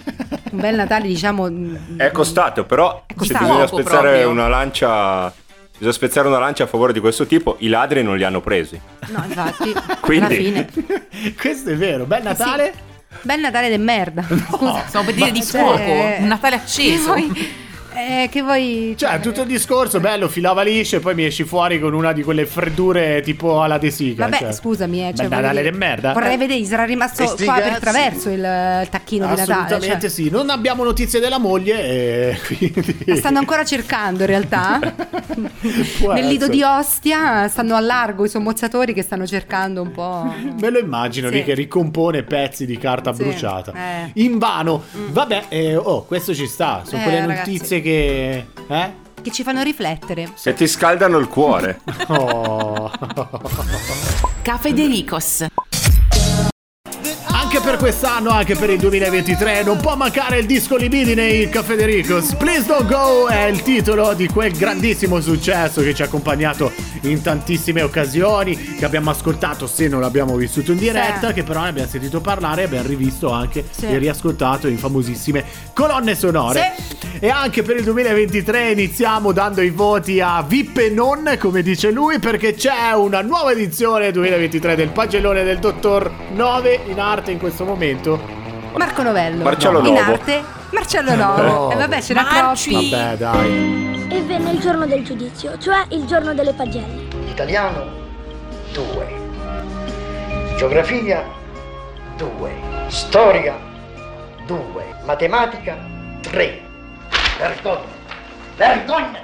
un bel Natale, diciamo... È costato, però È se costato. bisogna Poco spezzare proprio. una lancia, bisogna spezzare una lancia a favore di questo tipo, i ladri non li hanno presi. No, infatti, Quindi- alla fine... Questo è vero. Bel Natale. Sì. Bel Natale de merda. Scusa. Stavo per dire di Cioè, fuoco, un Natale Che acceso. voi, eh, che voi Cioè, tutto il discorso bello, filava lisce e poi mi esci fuori con una di quelle freddure tipo alla De Sica. Vabbè, cioè. scusami, eh, cioè, Bel voglio Natale dire, de merda. Vorrei Eh. vedere, gli sarà rimasto E sti qua per cazzi. traverso il, il tacchino di Natale. Assolutamente Cioè. sì. Non abbiamo notizie della moglie e quindi... La stanno ancora cercando in realtà. Può Nel lido essere. di Ostia stanno a largo i sommozzatori che stanno cercando un po'. Me lo immagino Sì. lì che ricompone pezzi di carta Sì. bruciata. Eh. In vano. Vabbè, eh, oh, questo ci sta. Sono Eh, quelle ragazzi. notizie che... Eh? Che ci fanno riflettere. Se ti scaldano il cuore. Oh. Cafedericos. Anche per quest'anno, anche per il duemilaventitré, non può mancare il disco Libidine, il Cafedericos. Please Don't Go è il titolo di quel grandissimo successo che ci ha accompagnato in tantissime occasioni, che abbiamo ascoltato se non l'abbiamo vissuto in diretta, Sì. che però ne abbiamo sentito parlare e abbiamo rivisto anche Sì. e riascoltato in famosissime colonne sonore. Sì. E anche per il duemilaventitré iniziamo dando i voti a V I P e non, come dice lui, perché c'è una nuova edizione duemilaventitré del pagellone del dottor Nove, in arte in questo momento. Marco Novello. Marcello In Novo. arte Marcello Novo. No. E vabbè, ce n'ha Marci. troppi. Vabbè, dai. E venne il giorno del giudizio, cioè il giorno delle pagelle. Italiano due, geografia due, storia due, matematica tre, Vergogna! Vergogna!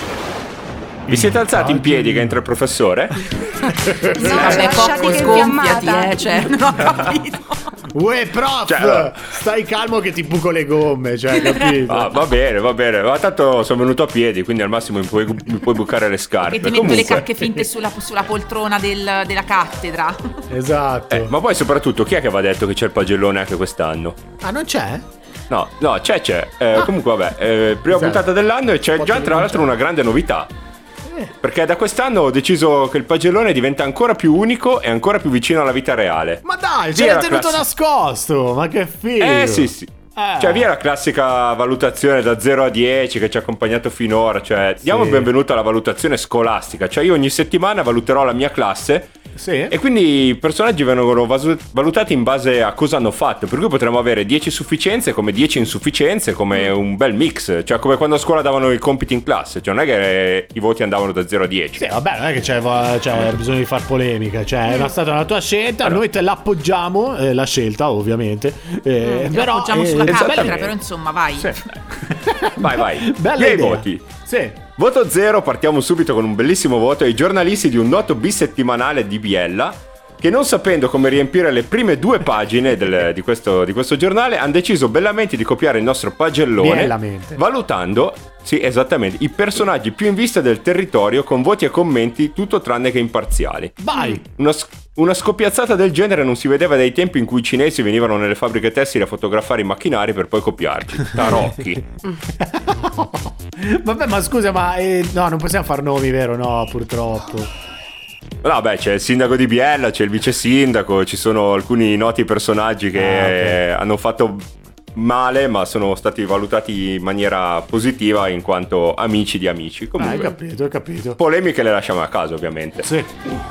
Vi siete alzati in piedi che entra il professore? No, Vabbè, lasciate Cocco, che è sgonfiati, infiammata. eh, cioè, non ho capito. Uè, prof, Cioè, allora- stai calmo che ti buco le gomme, cioè, capito? Ah, va bene, va bene, ma tanto sono venuto a piedi, quindi al massimo mi puoi, mi puoi bucare le scarpe. E ti metto Comunque- le cacche finte sulla, sulla poltrona del- della cattedra. Esatto. Eh, ma poi soprattutto chi è che aveva detto che c'è il pagellone anche quest'anno? Ah, non c'è? No, no, c'è, c'è. Eh, Comunque vabbè, eh, prima Sì. puntata dell'anno e c'è Posso già tra l'altro rinunciare. una grande novità. Perché da quest'anno ho deciso che il pagellone diventa ancora più unico e ancora più vicino alla vita reale. Ma dai, ce Via l'hai la tenuto class- nascosto, ma che figo. Eh sì sì. Eh. Cioè via la classica valutazione da zero a dieci che ci ha accompagnato finora. Cioè diamo Sì. il benvenuto alla valutazione scolastica. Cioè io ogni settimana valuterò la mia classe. Sì. E quindi i personaggi vengono vasu- valutati in base a cosa hanno fatto. Per cui potremmo avere dieci sufficienze come dieci insufficienze, come un bel mix. Cioè come quando a scuola davano i compiti in classe. Cioè non è che eh, i voti andavano da zero a dieci. Sì, vabbè, non è che c'è, c'è bisogno di far polemica, cioè è stata una tua scelta, noi te l'appoggiamo, eh, la scelta ovviamente, eh, Ti però appoggiamo eh, sulla esattamente. cattedra, però insomma, vai. Sì. Vai vai. Bella Via i idea. voti. Sì. Voto zero, partiamo subito con un bellissimo voto ai giornalisti di un noto bisettimanale di Biella che non sapendo come riempire le prime due pagine del- di, questo, di questo giornale hanno deciso bellamente di copiare il nostro pagellone Bellamente. valutando, sì esattamente, i personaggi più in vista del territorio con voti e commenti tutto tranne che imparziali. Vai. Una, sc- una scoppiazzata del genere non si vedeva dai tempi in cui i cinesi venivano nelle fabbriche tessili a fotografare i macchinari per poi copiarci. Tarocchi. Vabbè, ma scusa, ma eh, no, non possiamo far nomi, vero? No, purtroppo. No, beh, c'è il sindaco di Biella, c'è il vice sindaco, ci sono alcuni noti personaggi che Ah, hanno fatto male, ma sono stati valutati in maniera positiva in quanto amici di amici. Ah, hai Comunque, capito, hai capito. polemiche le lasciamo a casa, ovviamente. Sì.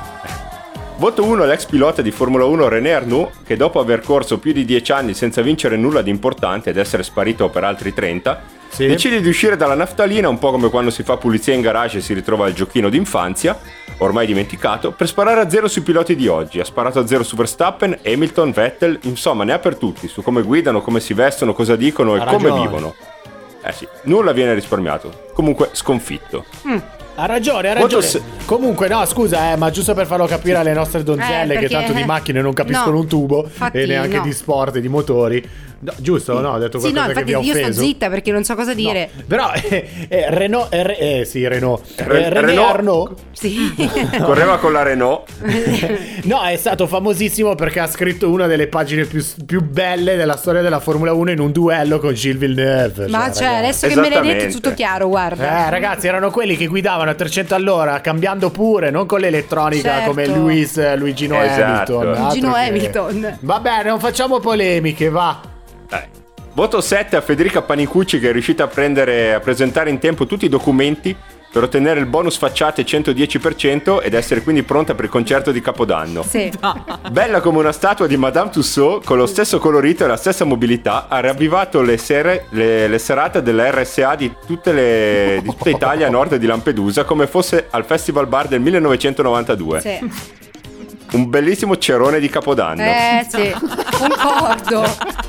Voto uno l'ex pilota di Formula uno René Arnoux, che dopo aver corso più di dieci anni senza vincere nulla di importante ed essere sparito per altri trenta, Sì. decide di uscire dalla naftalina, un po' come quando si fa pulizia in garage e si ritrova il giochino d'infanzia, ormai dimenticato, per sparare a zero sui piloti di oggi. Ha sparato a zero su Verstappen, Hamilton, Vettel, insomma ne ha per tutti, su come guidano, come si vestono, cosa dicono e Ha come ragione. vivono. Eh sì, nulla viene risparmiato. Comunque sconfitto. Ha ragione, ha Voto ragione. se- Comunque, no, scusa, eh, ma giusto per farlo capire alle nostre donzelle Eh, che perché- tanto di macchine non capiscono no, un tubo infatti e neanche no. di sport e di motori. No, giusto? No, ho detto Sì, qualcosa no, che vi infatti ha io offeso. sto zitta perché non so cosa dire. No, però eh, eh, Renault eh, Re- eh, sì, Renault Re- eh, René Renault. Arnoux Sì. Correva con la Renault. no, è stato famosissimo perché ha scritto una delle pagine più, più belle della storia della Formula uno in un duello con Gilles Villeneuve. Ma cioè, ragazzi. adesso che me l'hai detto è Esattamente. tutto chiaro, guarda. Eh, ragazzi, erano quelli che guidavano a trecento all'ora, cambiando pure, non con l'elettronica Certo. come Luis, Luigino Esatto. Hamilton. altro Luigino che- Hamilton. Va bene, non facciamo polemiche, va. Eh. Voto sette a Federica Panicucci, che è riuscita a prendere a presentare in tempo tutti i documenti per ottenere il bonus facciate centodieci per cento ed essere quindi pronta per il concerto di Capodanno. Sì. Bella come una statua di Madame Tussauds, con lo stesso colorito e la stessa mobilità, ha ravvivato le, sere, le, le serate della R S A di tutte le, di tutta Italia a nord di Lampedusa, come fosse al Festival Bar del millenovecentonovantadue. Sì. Un bellissimo cerone di Capodanno. Eh sì, concordo.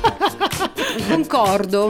Concordo.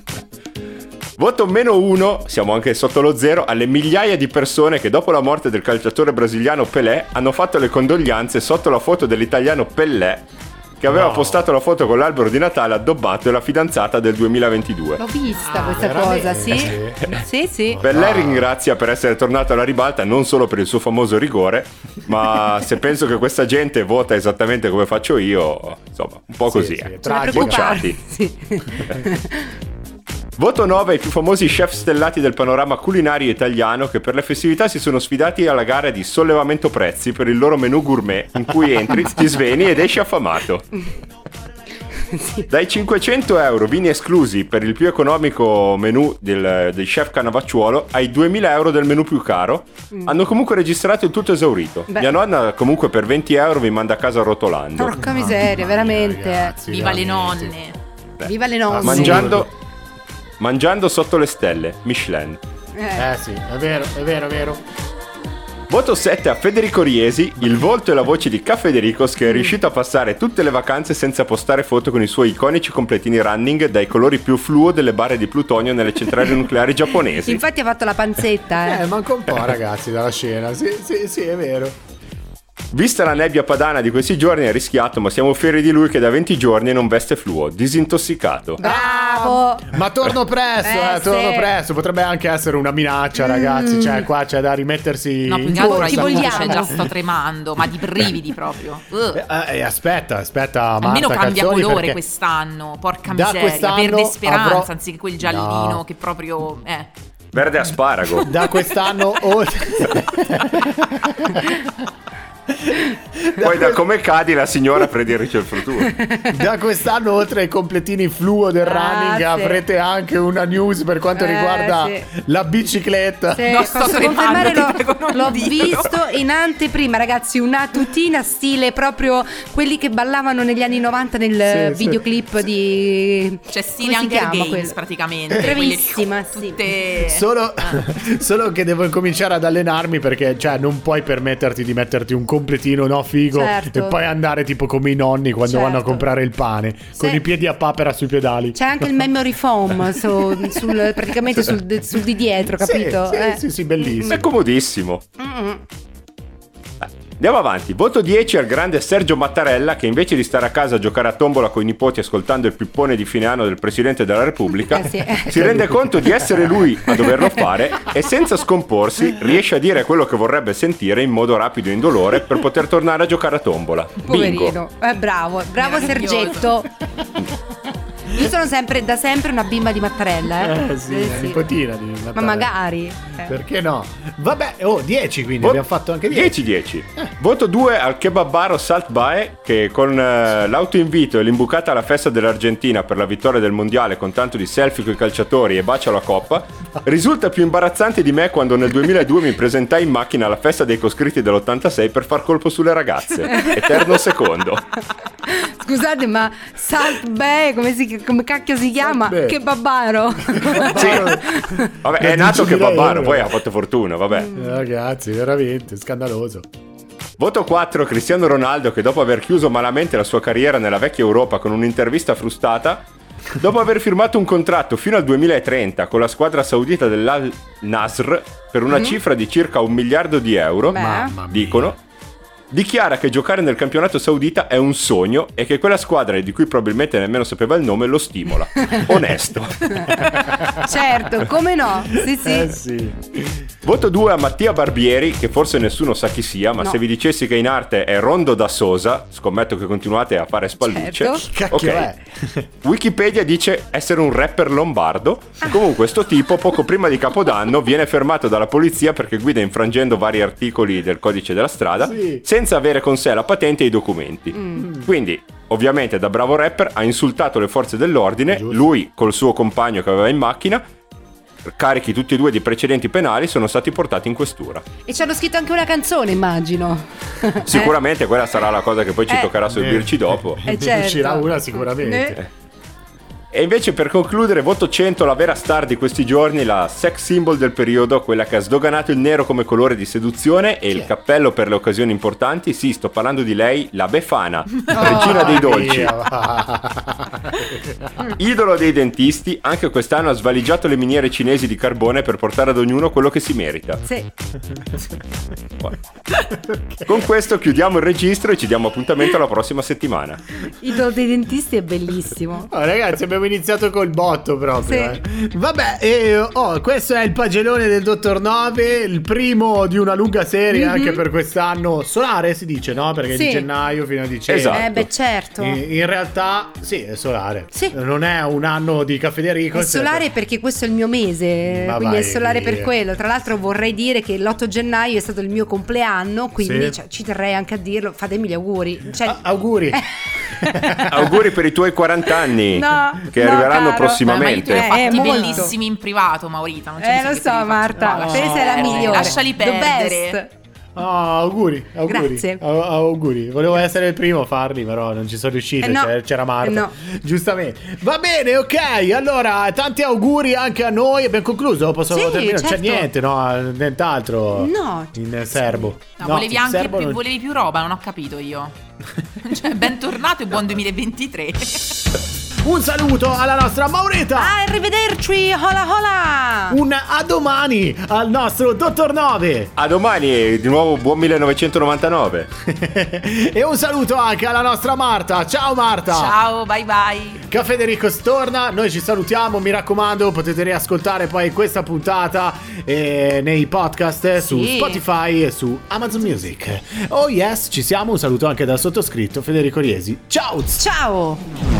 Voto meno uno, siamo anche sotto lo zero, alle migliaia di persone che dopo la morte del calciatore brasiliano Pelé hanno fatto le condoglianze sotto la foto dell'italiano Pellè, che aveva No. postato la foto con l'albero di Natale addobbato e la fidanzata del duemilaventidue. L'ho vista Ah, questa veramente? cosa, sì. Sì, sì. Pellè ringrazia per essere tornato alla ribalta non solo per il suo famoso rigore, ma se penso che questa gente vota esattamente come faccio io, insomma, un po' così. sì, eh. è Non tragico. Bocciati. preoccuparsi. Voto nove ai più famosi chef stellati del panorama culinario italiano, che per le festività si sono sfidati alla gara di sollevamento prezzi per il loro menù gourmet, in cui entri, ti sveni ed esci affamato. Dai cinquecento euro vini esclusi per il più economico menù del, del chef Canavacciuolo ai duemila euro del menù più caro, hanno comunque registrato il tutto esaurito. Beh. Mia nonna comunque per venti euro vi manda a casa rotolando. Porca miseria, veramente. Ragazzi, Viva le veramente. nonne. Viva le nonne. Mangiando, mangiando sotto le stelle, Michelin. Eh. Eh sì, è vero, è vero, è vero. Voto sette a Federico Riesi, il volto e la voce di Ca Federicos, che è riuscito a passare tutte le vacanze senza postare foto con i suoi iconici completini running dai colori più fluo delle barre di plutonio nelle centrali nucleari giapponesi. Infatti ha fatto la panzetta. Eh, eh manca un po', ragazzi, dalla scena. Sì, sì, sì, è vero. Vista la nebbia padana di questi giorni è rischiato, ma siamo fieri di lui che da venti giorni non veste fluo, disintossicato. Bravo! Ma torno presto, eh, Eh, torno sì. presto. Potrebbe anche essere una minaccia, ragazzi. Cioè, qua c'è da rimettersi No, più in che altro corsa. Ti vogliamo. cioè, già sto tremando, ma di brividi proprio. Uh. Eh, eh, aspetta, aspetta, Marta Almeno cambia Calzoni, colore perché quest'anno, porca da miseria, quest'anno verde speranza avrò- anziché quel giallino No. che proprio eh. Verde asparago. da quest'anno oltre Poi da come cadi la signora predice il futuro. da quest'anno oltre ai completini fluo del Grazie. running avrete anche una news per quanto Eh, riguarda sì. la bicicletta. Sì, No, sto posso tremando, confermare, ti l'ho, prego, non l'ho dirlo. visto in anteprima, ragazzi, una tutina stile proprio quelli che ballavano negli anni novanta nel Sì, sì. videoclip di... Cioè stile come si Hunger chiama Games quello? praticamente. Bravissima, quelle- sì. tutte... Solo, solo che devo incominciare ad allenarmi perché cioè non puoi permetterti di metterti un completino no figo Certo. e poi andare tipo come i nonni quando Certo. vanno a comprare il pane con Sì. i piedi a papera sui pedali. C'è anche il memory foam su- sul, praticamente sul, sul di dietro, capito? Sì, sì, Eh. sì, sì, bellissimo. È comodissimo. Mm-mm. Andiamo avanti. Voto dieci al grande Sergio Mattarella, che invece di stare a casa a giocare a tombola con i nipoti ascoltando il pippone di fine anno del Presidente della Repubblica, Eh sì. si rende conto di essere lui a doverlo fare e senza scomporsi riesce a dire quello che vorrebbe sentire in modo rapido e indolore per poter tornare a giocare a tombola. Bingo. Poverino, eh, bravo, bravo Meraviglioso. Sergetto. Io sono sempre, da sempre una bimba di Mattarella, eh? Eh sì, Eh, la sì. nipotina di Ma Mattarella. magari. eh. Perché no? Vabbè, oh, dieci quindi, Vo- abbiamo fatto anche dieci. dieci dieci. Voto due al kebabaro Salt Bae, che con eh, l'autoinvito e l'imbucata alla festa dell'Argentina per la vittoria del mondiale con tanto di selfie con i calciatori e bacio alla coppa, risulta più imbarazzante di me quando nel duemiladue mi presentai in macchina alla festa dei coscritti dell'ottantasei per far colpo sulle ragazze. Eterno secondo. Scusate, ma Salt Bay, come, si, come cacchio si chiama? Bay. Che babbaro. Sì. Vabbè, è Da nato diecimila kebabaro, euro. poi ha fatto fortuna, vabbè. Eh, Ragazzi, veramente scandaloso. Voto quattro Cristiano Ronaldo, che dopo aver chiuso malamente la sua carriera nella vecchia Europa con un'intervista frustata, dopo aver firmato un contratto fino al duemilatrenta con la squadra saudita dell'Al Nasr per una cifra di circa un miliardo di euro, Beh. Mamma mia. dicono, dichiara che giocare nel campionato saudita è un sogno e che quella squadra, di cui probabilmente nemmeno sapeva il nome, lo stimola. Onesto. Certo, come no? Sì, sì. Eh sì. Voto due a Mattia Barbieri, che forse nessuno sa chi sia, ma No. se vi dicessi che in arte è Rondo da Sosa, scommetto che continuate a fare spallucce. Certo. Chi cacchio Ok. è? Wikipedia dice essere un rapper lombardo. Comunque sto tipo poco prima di Capodanno viene fermato dalla polizia perché guida infrangendo vari articoli del codice della strada, Sì. senza avere con sé la patente e i documenti. Quindi ovviamente da bravo rapper ha insultato le forze dell'ordine, Giusto. lui col suo compagno che aveva in macchina, carichi tutti e due di precedenti penali, sono stati portati in questura. E ci hanno scritto anche una canzone, immagino. Sicuramente quella sarà la cosa che poi ci Eh. toccherà sorbirci dopo. Eh, Ne certo. uscirà una sicuramente. Eh. E invece per concludere, voto cento, la vera star di questi giorni, la sex symbol del periodo, quella che ha sdoganato il nero come colore di seduzione e il cappello per le occasioni importanti. Sì, sto parlando di lei, la Befana, regina dei dolci, Via, va. idolo dei dentisti. Anche quest'anno ha svaligiato le miniere cinesi di carbone per portare ad ognuno quello che si merita. Sì. Con questo chiudiamo il registro e ci diamo appuntamento alla prossima settimana. Idolo dei dentisti è bellissimo. Oh, ragazzi, abbiamo iniziato col botto proprio. Sì. eh. Vabbè, e, oh, questo è il pagellone del Dottor Nove, il primo di una lunga serie anche per quest'anno. Solare si dice, no? Perché Sì. di gennaio fino a dicembre. Esatto. Eh beh, certo. In, in realtà, sì, è solare. Sì. Non è un anno di Caffè Federico. È solare perché questo è il mio mese, Ma quindi è vai solare via. per quello. Tra l'altro vorrei dire che l'otto gennaio è stato il mio compleanno, quindi Sì. cioè, ci terrei anche a dirlo. Fatemi gli auguri. Cioè, Ah, auguri. Auguri per i tuoi quaranta anni No, che no, arriveranno caro. prossimamente. Ma io ti ho Eh, fatti molto. bellissimi in privato, Maurita. Non c'è eh bisogno lo che so te li faccia. Marta, No, te sei la lasciali migliore. Lasciali The perdere. best. Oh, auguri, auguri. Grazie. A- auguri. Volevo essere il primo a farli, però non ci sono riuscito. Eh no. c'era, c'era Marta. Eh no. Giustamente. Va bene, ok. Allora, tanti auguri anche a noi. Abbiamo concluso. Posso Sì, terminare? Non c'è certo. niente, no? Nient'altro. No. In serbo. No, No, volevi in anche serbo più, non- volevi più roba, non ho capito io. Cioè, bentornato e buon duemilaventitré. Un saluto alla nostra Maureta. Arrivederci, hola hola. Un a domani al nostro Dottor Nove. A domani, di nuovo buon millenovecentonovantanove. E un saluto anche alla nostra Marta. Ciao Marta. Ciao, bye bye. Caffè De Ricos torna, noi ci salutiamo, mi raccomando potete riascoltare poi questa puntata eh, nei podcast Sì. su Spotify e su Amazon Music. Oh yes, ci siamo, un saluto anche dal sottoscritto Federico Riesi. Ciao! Ciao.